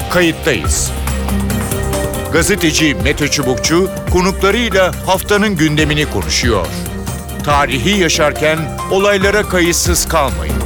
Kayıttayız. Gazeteci Mete Çubukçu konuklarıyla haftanın gündemini konuşuyor. Tarihi yaşarken olaylara kayıtsız kalmayın.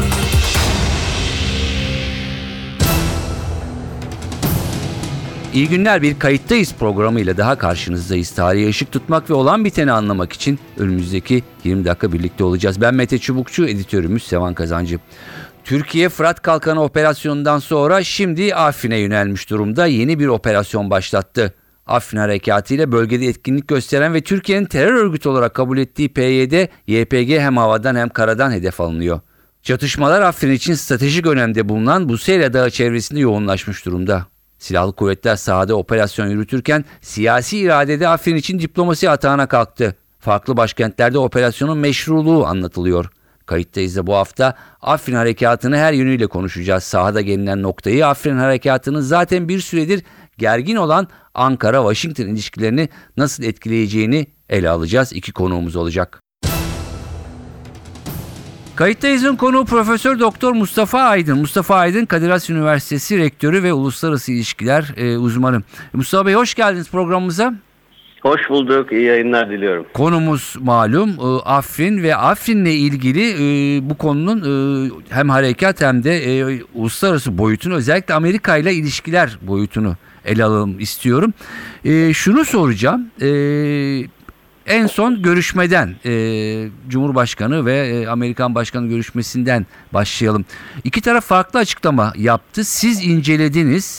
İyi günler, bir Kayıttayız programıyla daha karşınızdayız. Tarihe ışık tutmak ve olan biteni anlamak için önümüzdeki 20 dakika birlikte olacağız. Ben Mete Çubukçu, editörümüz Sevan Kazancı. Türkiye Fırat Kalkanı operasyonundan sonra şimdi Afrin'e yönelmiş durumda. Yeni bir operasyon başlattı. Afrin Harekatı ile bölgede etkinlik gösteren ve Türkiye'nin terör örgütü olarak kabul ettiği PYD, YPG hem havadan hem karadan hedef alınıyor. Çatışmalar Afrin için stratejik önemde bulunan Buseyra Dağı çevresinde yoğunlaşmış durumda. Silahlı kuvvetler sahada operasyon yürütürken siyasi iradede Afrin için diplomasi atağına kalktı. Farklı başkentlerde operasyonun meşruluğu anlatılıyor. Kayıttayız da bu hafta Afrin Harekatı'nı her yönüyle konuşacağız. Sahada gelinen noktayı, Afrin Harekatı'nın zaten bir süredir gergin olan Ankara-Washington ilişkilerini nasıl etkileyeceğini ele alacağız. İki konuğumuz olacak. Kayıttayız'ın konuğu Profesör Doktor Mustafa Aydın. Mustafa Aydın, Kadir Has Üniversitesi Rektörü ve Uluslararası İlişkiler uzmanı. Mustafa Bey, hoş geldiniz programımıza. Hoş bulduk. İyi yayınlar diliyorum. Konumuz malum Afrin ve Afrin'le ilgili bu konunun hem harekat hem de uluslararası boyutunu, özellikle Amerika ile ilişkiler boyutunu ele alalım istiyorum. Şunu soracağım. En son görüşmeden, Cumhurbaşkanı ve Amerikan Başkanı görüşmesinden başlayalım. İki taraf farklı açıklama yaptı. Siz incelediniz.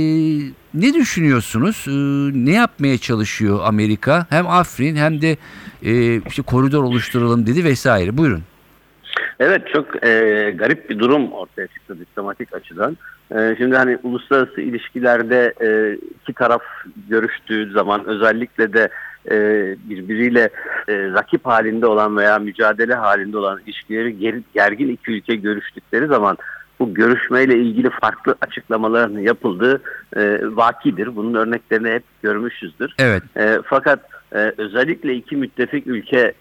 Ne düşünüyorsunuz? Ne yapmaya çalışıyor Amerika? Hem Afrin hem de işte koridor oluşturalım dedi vesaire. Buyurun. Evet, çok garip bir durum ortaya çıktı diplomatik açıdan. Şimdi hani uluslararası ilişkilerde iki taraf görüştüğü zaman, özellikle de birbiriyle rakip halinde olan veya mücadele halinde olan ilişkileri gergin iki ülke görüştükleri zaman bu görüşmeyle ilgili farklı açıklamaların yapıldığı vakidir. Bunun örneklerini hep görmüşüzdür. Evet. Fakat özellikle iki müttefik ülke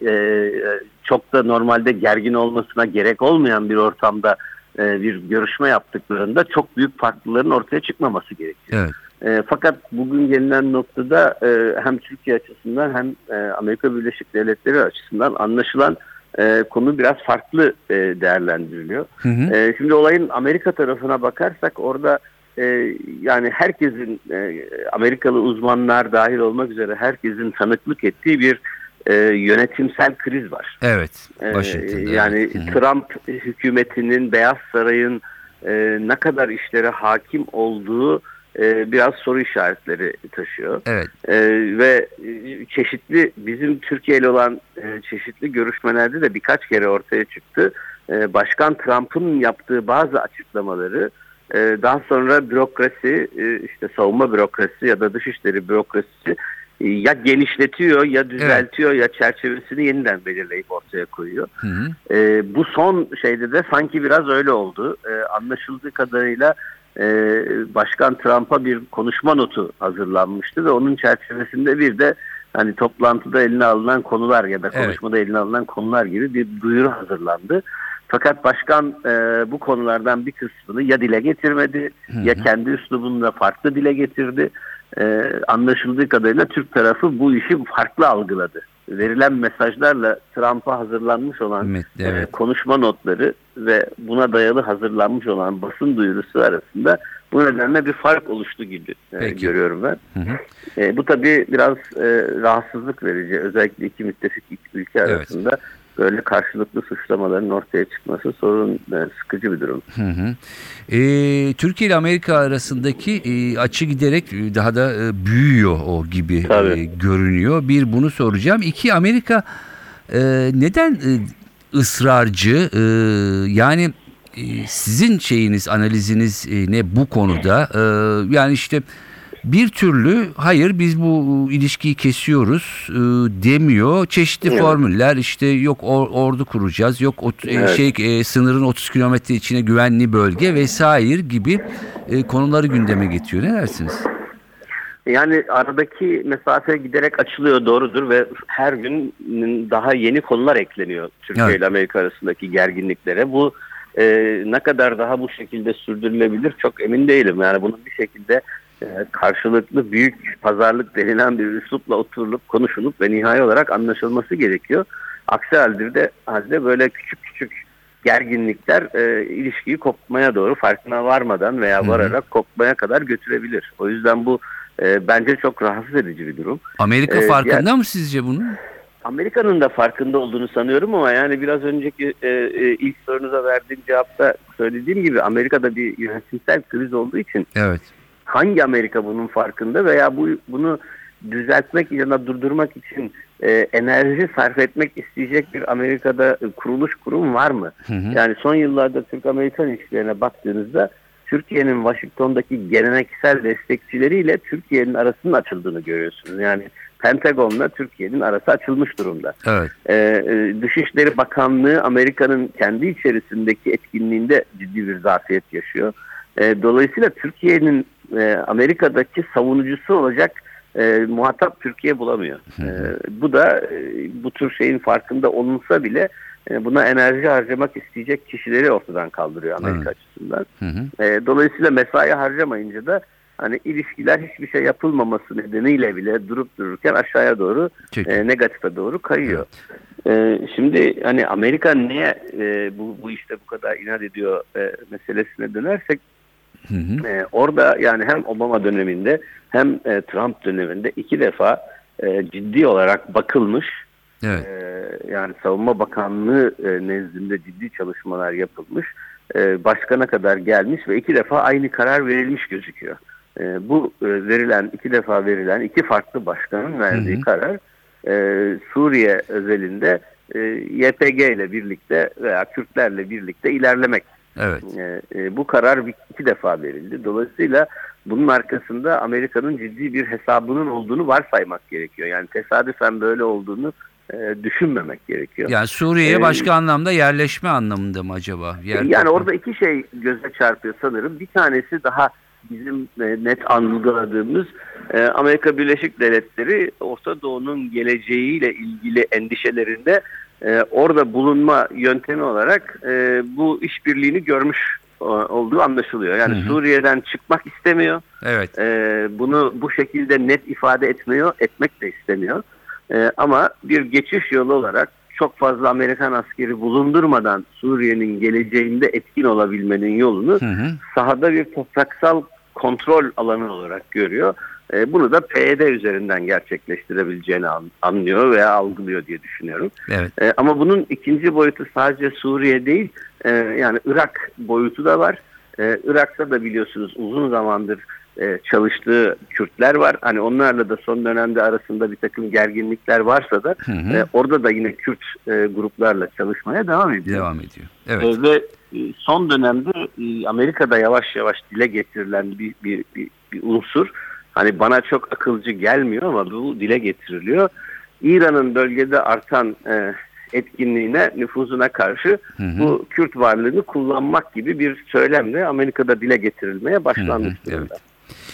çok da normalde gergin olmasına gerek olmayan bir ortamda bir görüşme yaptıklarında çok büyük farklıların ortaya çıkmaması gerekiyor. Evet. Fakat bugün gelinen noktada hem Türkiye açısından hem Amerika Birleşik Devletleri açısından anlaşılan konu biraz farklı değerlendiriliyor. Hı hı. Şimdi olayın Amerika tarafına bakarsak orada yani herkesin, Amerikalı uzmanlar dahil olmak üzere herkesin tanıklık ettiği bir yönetimsel kriz var. Evet. Yani evet. Trump hükümetinin, Beyaz Saray'ın ne kadar işlere hakim olduğu biraz soru işaretleri taşıyor. Evet. Ve çeşitli, bizim Türkiye ile olan çeşitli görüşmelerde de birkaç kere ortaya çıktı. Başkan Trump'ın yaptığı bazı açıklamaları daha sonra bürokrasi, işte savunma bürokrasi ya da dışişleri bürokrasisi ya genişletiyor ya düzeltiyor, ya çerçevesini yeniden belirleyip ortaya koyuyor. Hı hı. Bu son şeyde de sanki biraz öyle oldu. Anlaşıldığı kadarıyla Başkan Trump'a bir konuşma notu hazırlanmıştı ve onun çerçevesinde bir de hani toplantıda eline alınan konular ya da konuşmada eline alınan konular gibi bir duyuru hazırlandı. Fakat başkan bu konulardan bir kısmını ya dile getirmedi, ya kendi üslubunda farklı dile getirdi. Anlaşıldığı kadarıyla Türk tarafı bu işi farklı algıladı. Verilen mesajlarla Trump'a hazırlanmış olan konuşma notları ve buna dayalı hazırlanmış olan basın duyurusu arasında bu nedenle bir fark oluştu gibi görüyorum ben. Hı hı. Bu tabii biraz rahatsızlık verici. Özellikle iki müttefik ülke arasında böyle karşılıklı suçlamaların ortaya çıkması sorun, sıkıcı bir durum. Hı hı. Türkiye ile Amerika arasındaki açı giderek daha da büyüyor o gibi görünüyor. Bir, bunu soracağım. İki, Amerika neden ısrarcı? Yani sizin şeyiniz, analiziniz ne bu konuda? Yani işte bir türlü hayır biz bu ilişkiyi kesiyoruz demiyor. Çeşitli formüller, işte yok ordu kuracağız, yok sınırın 30 kilometre içine güvenli bölge vesaire gibi konuları gündeme getiriyor. Ne dersiniz? Yani aradaki mesafe giderek açılıyor, doğrudur ve her gün daha yeni konular ekleniyor Türkiye ile Amerika arasındaki gerginliklere. Bu Ne kadar daha bu şekilde sürdürülebilir çok emin değilim. Yani bunun bir şekilde karşılıklı büyük pazarlık denilen bir üslupla oturulup konuşulup ve nihai olarak anlaşılması gerekiyor. Aksi halde böyle küçük küçük gerginlikler ilişkiyi kopmaya doğru farkına varmadan veya vararak kopmaya kadar götürebilir. O yüzden bu bence çok rahatsız edici bir durum. Amerika farkında mı sizce bunun? Amerika'nın da farkında olduğunu sanıyorum ama yani biraz önceki ilk sorunuza verdiğim cevapta söylediğim gibi Amerika'da bir yönetimsel kriz olduğu için Evet. hangi Amerika bunun farkında veya bunu düzeltmek ya da durdurmak için enerji sarf etmek isteyecek bir Amerika'da kuruluş kurum var mı? Yani son yıllarda Türk-Amerikan ilişkilerine baktığınızda Türkiye'nin Washington'daki geleneksel destekçileriyle Türkiye'nin arasının açıldığını görüyorsunuz. Yani Pentagon'la Türkiye'nin arası açılmış durumda. Evet. Dışişleri Bakanlığı Amerika'nın kendi içerisindeki etkinliğinde ciddi bir zafiyet yaşıyor. Dolayısıyla Türkiye'nin Amerika'daki savunucusu olacak muhatap Türkiye bulamıyor. Bu da bu tür şeyin farkında olunsa bile buna enerji harcamak isteyecek kişileri ortadan kaldırıyor Amerika açısından. Dolayısıyla mesai harcamayınca da hani ilişkiler hiçbir şey yapılmaması nedeniyle bile durup dururken aşağıya doğru negatife doğru kayıyor. Şimdi hani Amerika niye bu işte bu kadar inat ediyor meselesine dönersek orada yani hem Obama döneminde hem Trump döneminde 2 defa ciddi olarak bakılmış. Evet. Yani Savunma Bakanlığı nezdinde ciddi çalışmalar yapılmış. Başkana kadar gelmiş ve 2 defa aynı karar verilmiş gözüküyor. Bu iki defa verilen 2 farklı başkanın verdiği karar Suriye özelinde YPG ile birlikte veya Kürtlerle birlikte ilerlemek. Evet. Bu karar 2 defa verildi. Dolayısıyla bunun arkasında Amerika'nın ciddi bir hesabının olduğunu varsaymak gerekiyor. Yani tesadüfen böyle olduğunu düşünmemek gerekiyor. Yani Suriye'ye başka anlamda yerleşme anlamında mı acaba? Yani orada 2 şey göze çarpıyor sanırım. Bir tanesi daha bizim net algıladığımız Amerika Birleşik Devletleri Orta Doğu'nun geleceğiyle ilgili endişelerinde orada bulunma yöntemi olarak bu işbirliğini görmüş olduğu anlaşılıyor. Yani Suriye'den çıkmak istemiyor. Evet. Bunu bu şekilde net ifade etmek de istemiyor. Ama bir geçiş yolu olarak çok fazla Amerikan askeri bulundurmadan Suriye'nin geleceğinde etkin olabilmenin yolunu sahada bir topraksal kontrol alanı olarak görüyor. Bunu da PYD üzerinden gerçekleştirebileceğini anlıyor veya algılıyor diye düşünüyorum. Evet. Ama bunun ikinci boyutu sadece Suriye değil, yani Irak boyutu da var. Irak'ta da biliyorsunuz uzun zamandır çalıştığı Kürtler var. Hani onlarla da son dönemde arasında bir takım gerginlikler varsa da orada da yine Kürt gruplarla çalışmaya devam ediyor. Evet. Ve son dönemde Amerika'da yavaş yavaş dile getirilen bir unsur. Hani bana çok akılcı gelmiyor ama bu dile getiriliyor. İran'ın bölgede artan etkinliğine, nüfuzuna karşı bu Kürt varlığını kullanmak gibi bir söylemle Amerika'da dile getirilmeye başlanmış durumda. Evet.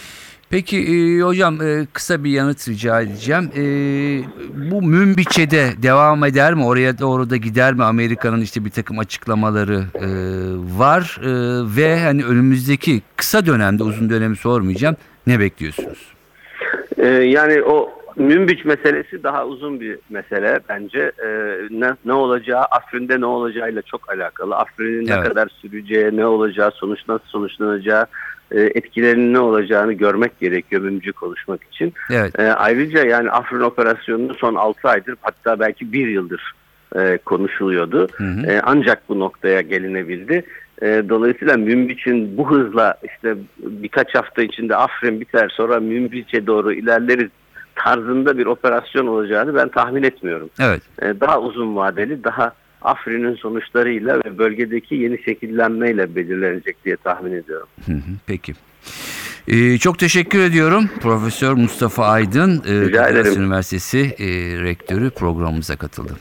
Peki hocam kısa bir yanıt rica edeceğim. Bu Münbiç'e devam eder mi? Oraya doğru da gider mi? Amerika'nın işte bir takım açıklamaları var ve hani önümüzdeki kısa dönemde, uzun dönemi sormayacağım. Ne bekliyorsunuz? Yani o Münbiç meselesi daha uzun bir mesele bence. Ne olacağı, Afrin'de ne olacağıyla çok alakalı. Afrin'in ne kadar süreceği, ne olacağı, nasıl sonuçlanacağı, etkilerinin ne olacağını görmek gerekiyor Münbiç'i konuşmak için. Evet. Ayrıca yani Afrin operasyonunu son 6 aydır hatta belki 1 yıldır konuşuluyordu. Ancak bu noktaya gelinebildi. Dolayısıyla Münbiç'in bu hızla işte birkaç hafta içinde Afrin biter sonra Münbiç'e doğru ilerleriz tarzında bir operasyon olacağını ben tahmin etmiyorum. Evet. Daha uzun vadeli, daha Afrin'in sonuçlarıyla ve bölgedeki yeni şekillenmeyle belirlenecek diye tahmin ediyorum. Peki. Çok teşekkür ediyorum. Profesör Mustafa Aydın, Kadir Üniversitesi Rektörü programımıza katıldı.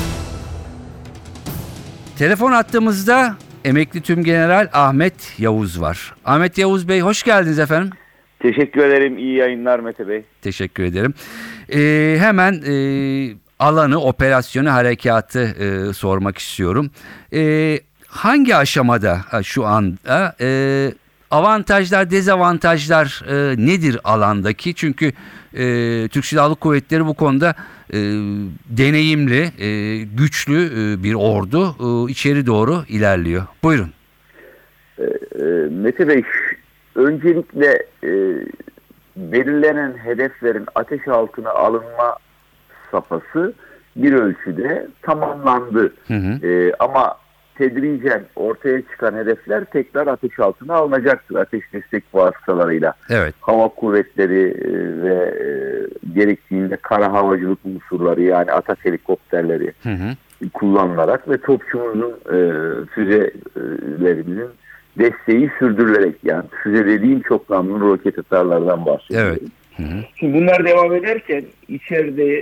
Telefon attığımızda emekli Tümgeneral Ahmet Yavuz var. Ahmet Yavuz Bey, hoş geldiniz efendim. Teşekkür ederim. İyi yayınlar Mete Bey. Teşekkür ederim. Hemen alanı, operasyonu, harekatı sormak istiyorum. hangi aşamada şu anda? Avantajlar, dezavantajlar nedir alandaki? Çünkü Türk Silahlı Kuvvetleri bu konuda deneyimli, güçlü bir ordu içeri doğru ilerliyor. Buyurun. Mete Bey, öncelikle belirlenen hedeflerin ateş altına alınma safhası bir ölçüde tamamlandı. Ama tedricen ortaya çıkan hedefler tekrar ateş altına alınacaktır ateş destek vasıtalarıyla. Evet. Hava kuvvetleri ve gerektiğinde kara havacılık unsurları, yani Atak helikopterleri kullanılarak ve topçumuzun füzelerimizin desteği sürdürülerek, yani füze dediğim çok namlulu roket atarlardan bahsediyorum. Evet. Şimdi bunlar devam ederken içeride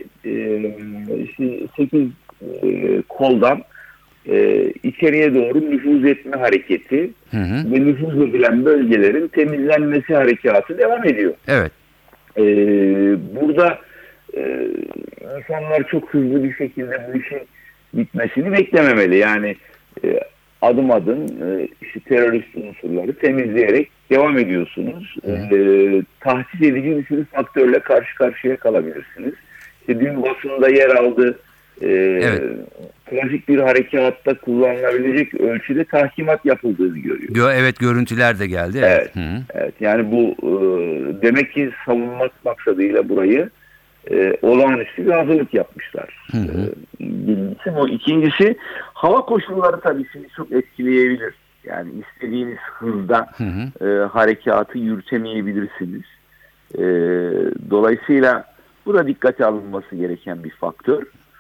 8 koldan içeriye doğru nüfuz etme hareketi ve nüfuz edilen bölgelerin temizlenmesi harekatı devam ediyor. Evet. Burada insanlar çok hızlı bir şekilde bu işin bitmesini beklememeli. Yani adım adım işte terörist unsurları temizleyerek devam ediyorsunuz. Tahsis edici bir sürü faktörle karşı karşıya kalabilirsiniz. İşte dün basında yer aldı. Evet. Klasik bir harekatta kullanılabilecek ölçüde tahkimat yapıldığını görüyor. Evet, görüntüler de geldi. Evet. Evet. Yani bu demek ki savunmak maksadıyla burayı olağanüstü bir hazırlık yapmışlar. Birincisi o. İkincisi, hava koşulları tabii sizi çok etkileyebilir. Yani istediğiniz hızda harekatı yürütemeyebilirsiniz. Dolayısıyla bu da dikkate alınması gereken bir faktör.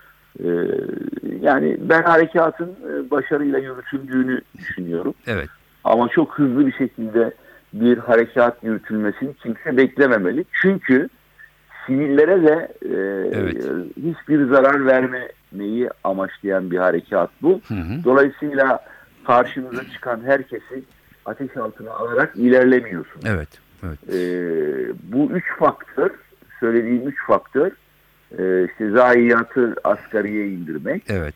Yani ben harekatın başarıyla yürütüldüğünü düşünüyorum. Evet. Ama çok hızlı bir şekilde bir harekat yürütülmesini kimse beklememeli. Çünkü sivillere de hiçbir zarar vermemeyi amaçlayan bir harekat bu. Dolayısıyla karşınıza çıkan herkesi ateş altına alarak ilerlemiyorsunuz. Evet. Evet. Bu söylediğim üç faktör, işte zayiatı asgariye indirmek, Evet.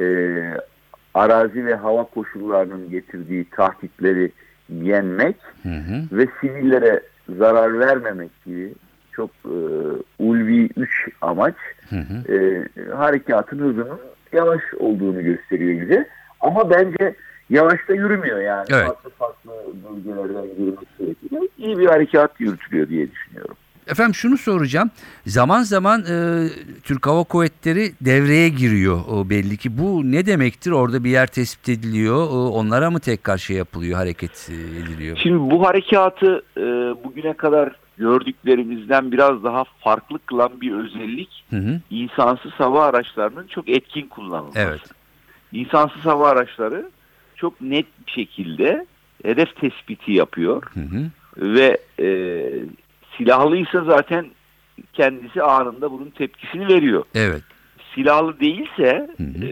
Arazi ve hava koşullarının getirdiği tahditleri yenmek ve sivillere zarar vermemek gibi çok ulvi 3 amaç harekatın hızının yavaş olduğunu gösteriyor bize. Ama bence yavaş da yürümüyor yani. Evet. Farklı bölgelerden yürümek gerekiyor. İyi bir harekat yürütülüyor diye düşünüyorum. Efendim şunu soracağım. Zaman zaman Türk Hava Kuvvetleri devreye giriyor belli ki. Bu ne demektir? Orada bir yer tespit ediliyor. Onlara mı tekrar yapılıyor, hareket ediliyor? Şimdi bu harekatı bugüne kadar gördüklerimizden biraz daha farklı kılan bir özellik, insansız hava araçlarının çok etkin kullanılması. Evet. İnsansız hava araçları çok net bir şekilde hedef tespiti yapıyor ve silahlıysa zaten kendisi anında bunun tepkisini veriyor. Evet. Silahlı değilse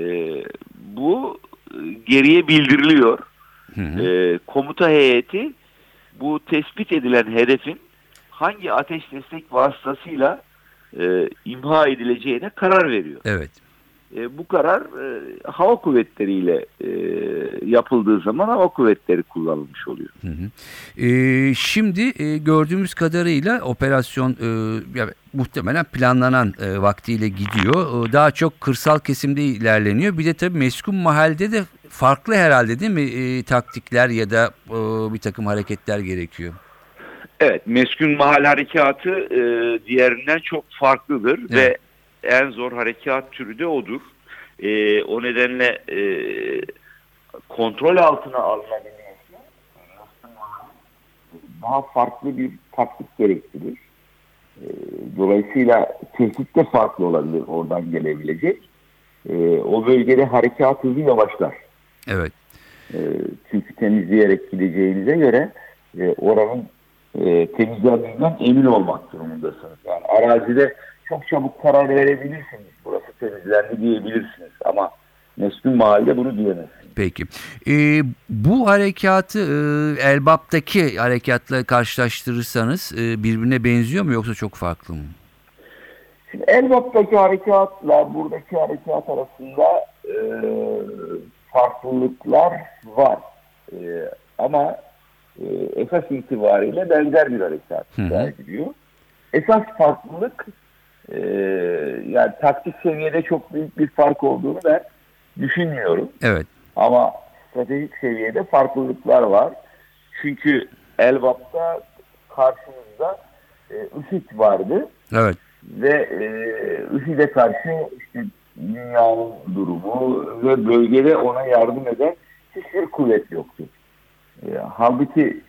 bu geriye bildiriliyor. Komuta heyeti bu tespit edilen hedefin hangi ateş destek vasıtasıyla imha edileceğine karar veriyor. Evet. Bu karar hava kuvvetleriyle yapıldığı zaman hava kuvvetleri kullanılmış oluyor. Şimdi gördüğümüz kadarıyla operasyon muhtemelen planlanan vaktiyle gidiyor. Daha çok kırsal kesimde ilerleniyor. Bir de tabii meskun mahallede de farklı herhalde, değil mi? Taktikler ya da bir takım hareketler gerekiyor. Evet, meskun mahal harekatı diğerinden çok farklıdır ve en zor harekat türü de odur. O nedenle kontrol altına alınabilmesi daha farklı bir taktik gerektirir. Dolayısıyla tehdit de farklı olabilir oradan gelebilecek. O bölgede harekat hızı yavaşlar. Evet. Çünkü temizleyerek gideceğinize göre oranın temizlendiğinden emin olmak durumundasınız. Yani arazide çok çabuk karar verebilirsiniz. Burası temizlendi diyebilirsiniz. Ama meskun mahallede bunu diyemezsiniz. Peki. Bu harekatı Elbap'taki harekatla karşılaştırırsanız birbirine benziyor mu yoksa çok farklı mı? Şimdi Elbap'taki harekatla buradaki harekat arasında farklılıklar var. Ama esas itibariyle benzer bir harekat sergiliyor. Esas farklılık yani taktik seviyede çok büyük bir fark olduğunu ben düşünmüyorum. Evet. Ama stratejik seviyede farklılıklar var. Çünkü Elbap'ta karşımızda IŞİD vardı. Evet. Ve IŞİD'e karşı işte dünyanın durumu ve bölgede ona yardım eden hiçbir kuvvet yoktu. Halbuki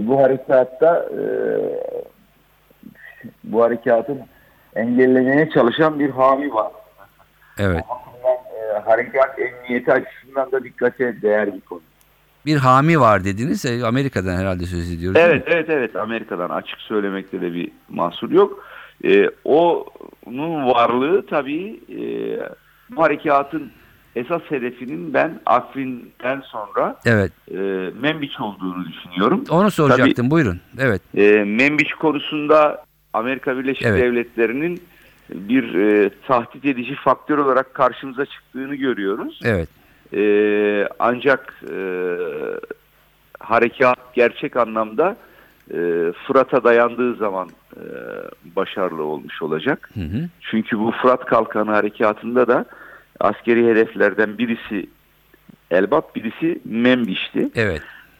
bu harekatın engellemeye çalışan bir hami var. Evet. Harekat emniyeti açısından da dikkate değer bir konu. Bir hami var dediniz. Amerika'dan herhalde söz ediyoruz. Evet. Amerika'dan, açık söylemekte de bir mahsur yok. Onun varlığı tabii bu harekatın esas hedefinin ben Afrin'den sonra Menbiç olduğunu düşünüyorum. Onu soracaktım. Tabii, buyurun. Evet. Menbiç konusunda Amerika Birleşik Devletleri'nin bir tahdit edici faktör olarak karşımıza çıktığını görüyoruz. Evet. Ancak harekat gerçek anlamda Fırat'a dayandığı zaman başarılı olmuş olacak. Çünkü bu Fırat Kalkanı harekatında da askeri hedeflerden birisi Elbap, birisi Menbiç'ti. Evet.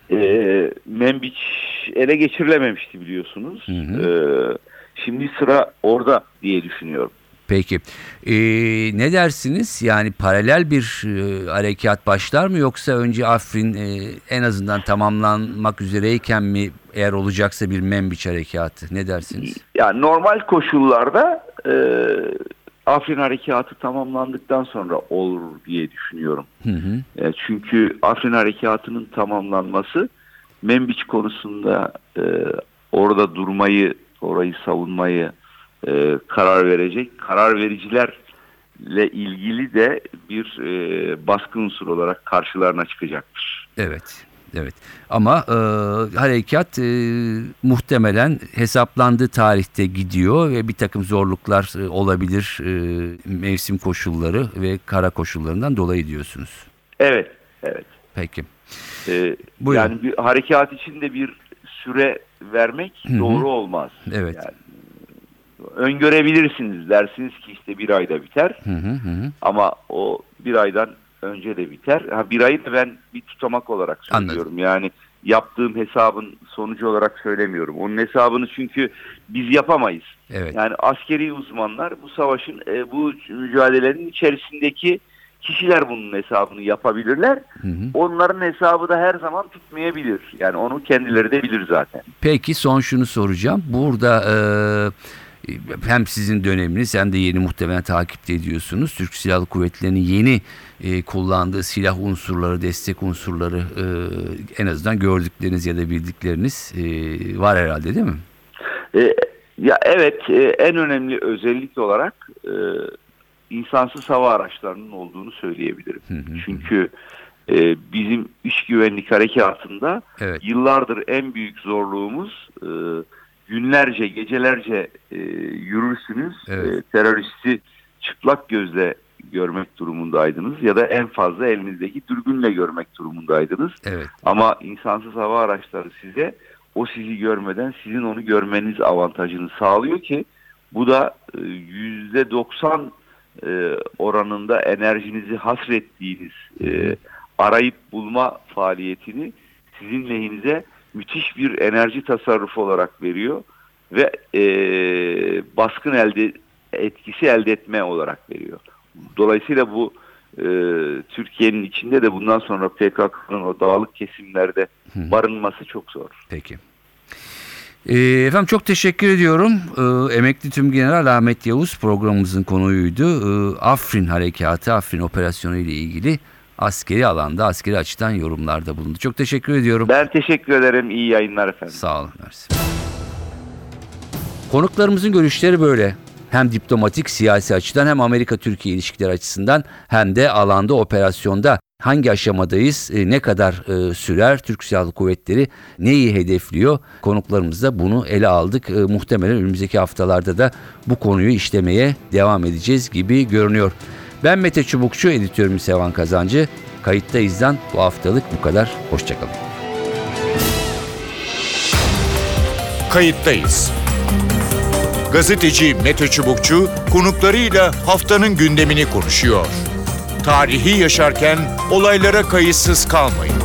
Menbiç ele geçirilememişti biliyorsunuz. Şimdi sıra orada diye düşünüyorum. Peki. Ne dersiniz? Yani paralel bir harekat başlar mı, yoksa önce Afrin en azından tamamlanmak üzereyken mi, eğer olacaksa bir Menbiç harekatı? Ne dersiniz? Yani normal koşullarda Afrin harekatı tamamlandıktan sonra olur diye düşünüyorum. Çünkü Afrin harekatının tamamlanması Menbiç konusunda orada durmayı, orayı savunmayı karar verecek. Karar vericilerle ilgili de bir baskı unsuru olarak karşılarına çıkacaktır. Evet. Ama harekat muhtemelen hesaplandığı tarihte gidiyor ve bir takım zorluklar olabilir, mevsim koşulları ve kara koşullarından dolayı diyorsunuz. Evet. Peki. Yani bir harekat için de bir süre vermek doğru olmaz. Evet. Yani öngörebilirsiniz, dersiniz ki işte bir ayda biter. Ama o bir aydan önce de biter. Bir ayı da ben bir tutamak olarak söylüyorum. Anladım. Yani yaptığım hesabın sonucu olarak söylemiyorum. Onun hesabını çünkü biz yapamayız. Evet. Yani askeri uzmanlar bu savaşın, bu mücadelenin içerisindeki kişiler bunun hesabını yapabilirler. Onların hesabı da her zaman tutmayabilir. Yani onu kendileri de bilir zaten. Peki, son şunu soracağım. Burada hem sizin döneminiz hem de yeni muhtemelen takipte ediyorsunuz. Türk Silahlı Kuvvetleri'nin yeni kullandığı silah unsurları, destek unsurları, en azından gördükleriniz ya da bildikleriniz var herhalde, değil mi? Ya evet, en önemli özellik olarak insansız hava araçlarının olduğunu söyleyebilirim. Çünkü bizim iç güvenlik harekatında yıllardır en büyük zorluğumuz günlerce, gecelerce yürürsünüz, teröristi çıplak gözle görmek durumundaydınız ya da en fazla elinizdeki dürbünle görmek durumundaydınız. Ama insansız hava araçları o sizi görmeden sizin onu görmeniz avantajını sağlıyor ki bu da %90 oranında enerjinizi hasrettiğiniz arayıp bulma faaliyetini sizin lehinize müthiş bir enerji tasarrufu olarak veriyor ve baskın etkisi elde etme olarak veriyor. Dolayısıyla bu Türkiye'nin içinde de bundan sonra PKK'nın o dağlık kesimlerde barınması çok zor. Peki. Efendim, çok teşekkür ediyorum. Emekli Tümgeneral Ahmet Yavuz programımızın konuğuydu. Afrin Harekatı, Afrin Operasyonu ile ilgili askeri alanda, askeri açıdan yorumlarda bulundu. Çok teşekkür ediyorum. Ben teşekkür ederim. İyi yayınlar efendim. Sağ olun. Mersi. Konuklarımızın görüşleri böyle. Hem diplomatik, siyasi açıdan, hem Amerika-Türkiye ilişkileri açısından, hem de alanda, operasyonda hangi aşamadayız, ne kadar sürer, Türk Silahlı Kuvvetleri neyi hedefliyor? Konuklarımızla bunu ele aldık. Muhtemelen önümüzdeki haftalarda da bu konuyu işlemeye devam edeceğiz gibi görünüyor. Ben Mete Çubukçu, editörüm Sevan Kazancı. Kayıttayız'dan bu haftalık bu kadar. Hoşçakalın. Kayıttayız. Gazeteci Mete Çubukçu konuklarıyla haftanın gündemini konuşuyor. Tarihi yaşarken olaylara kayıtsız kalmayın.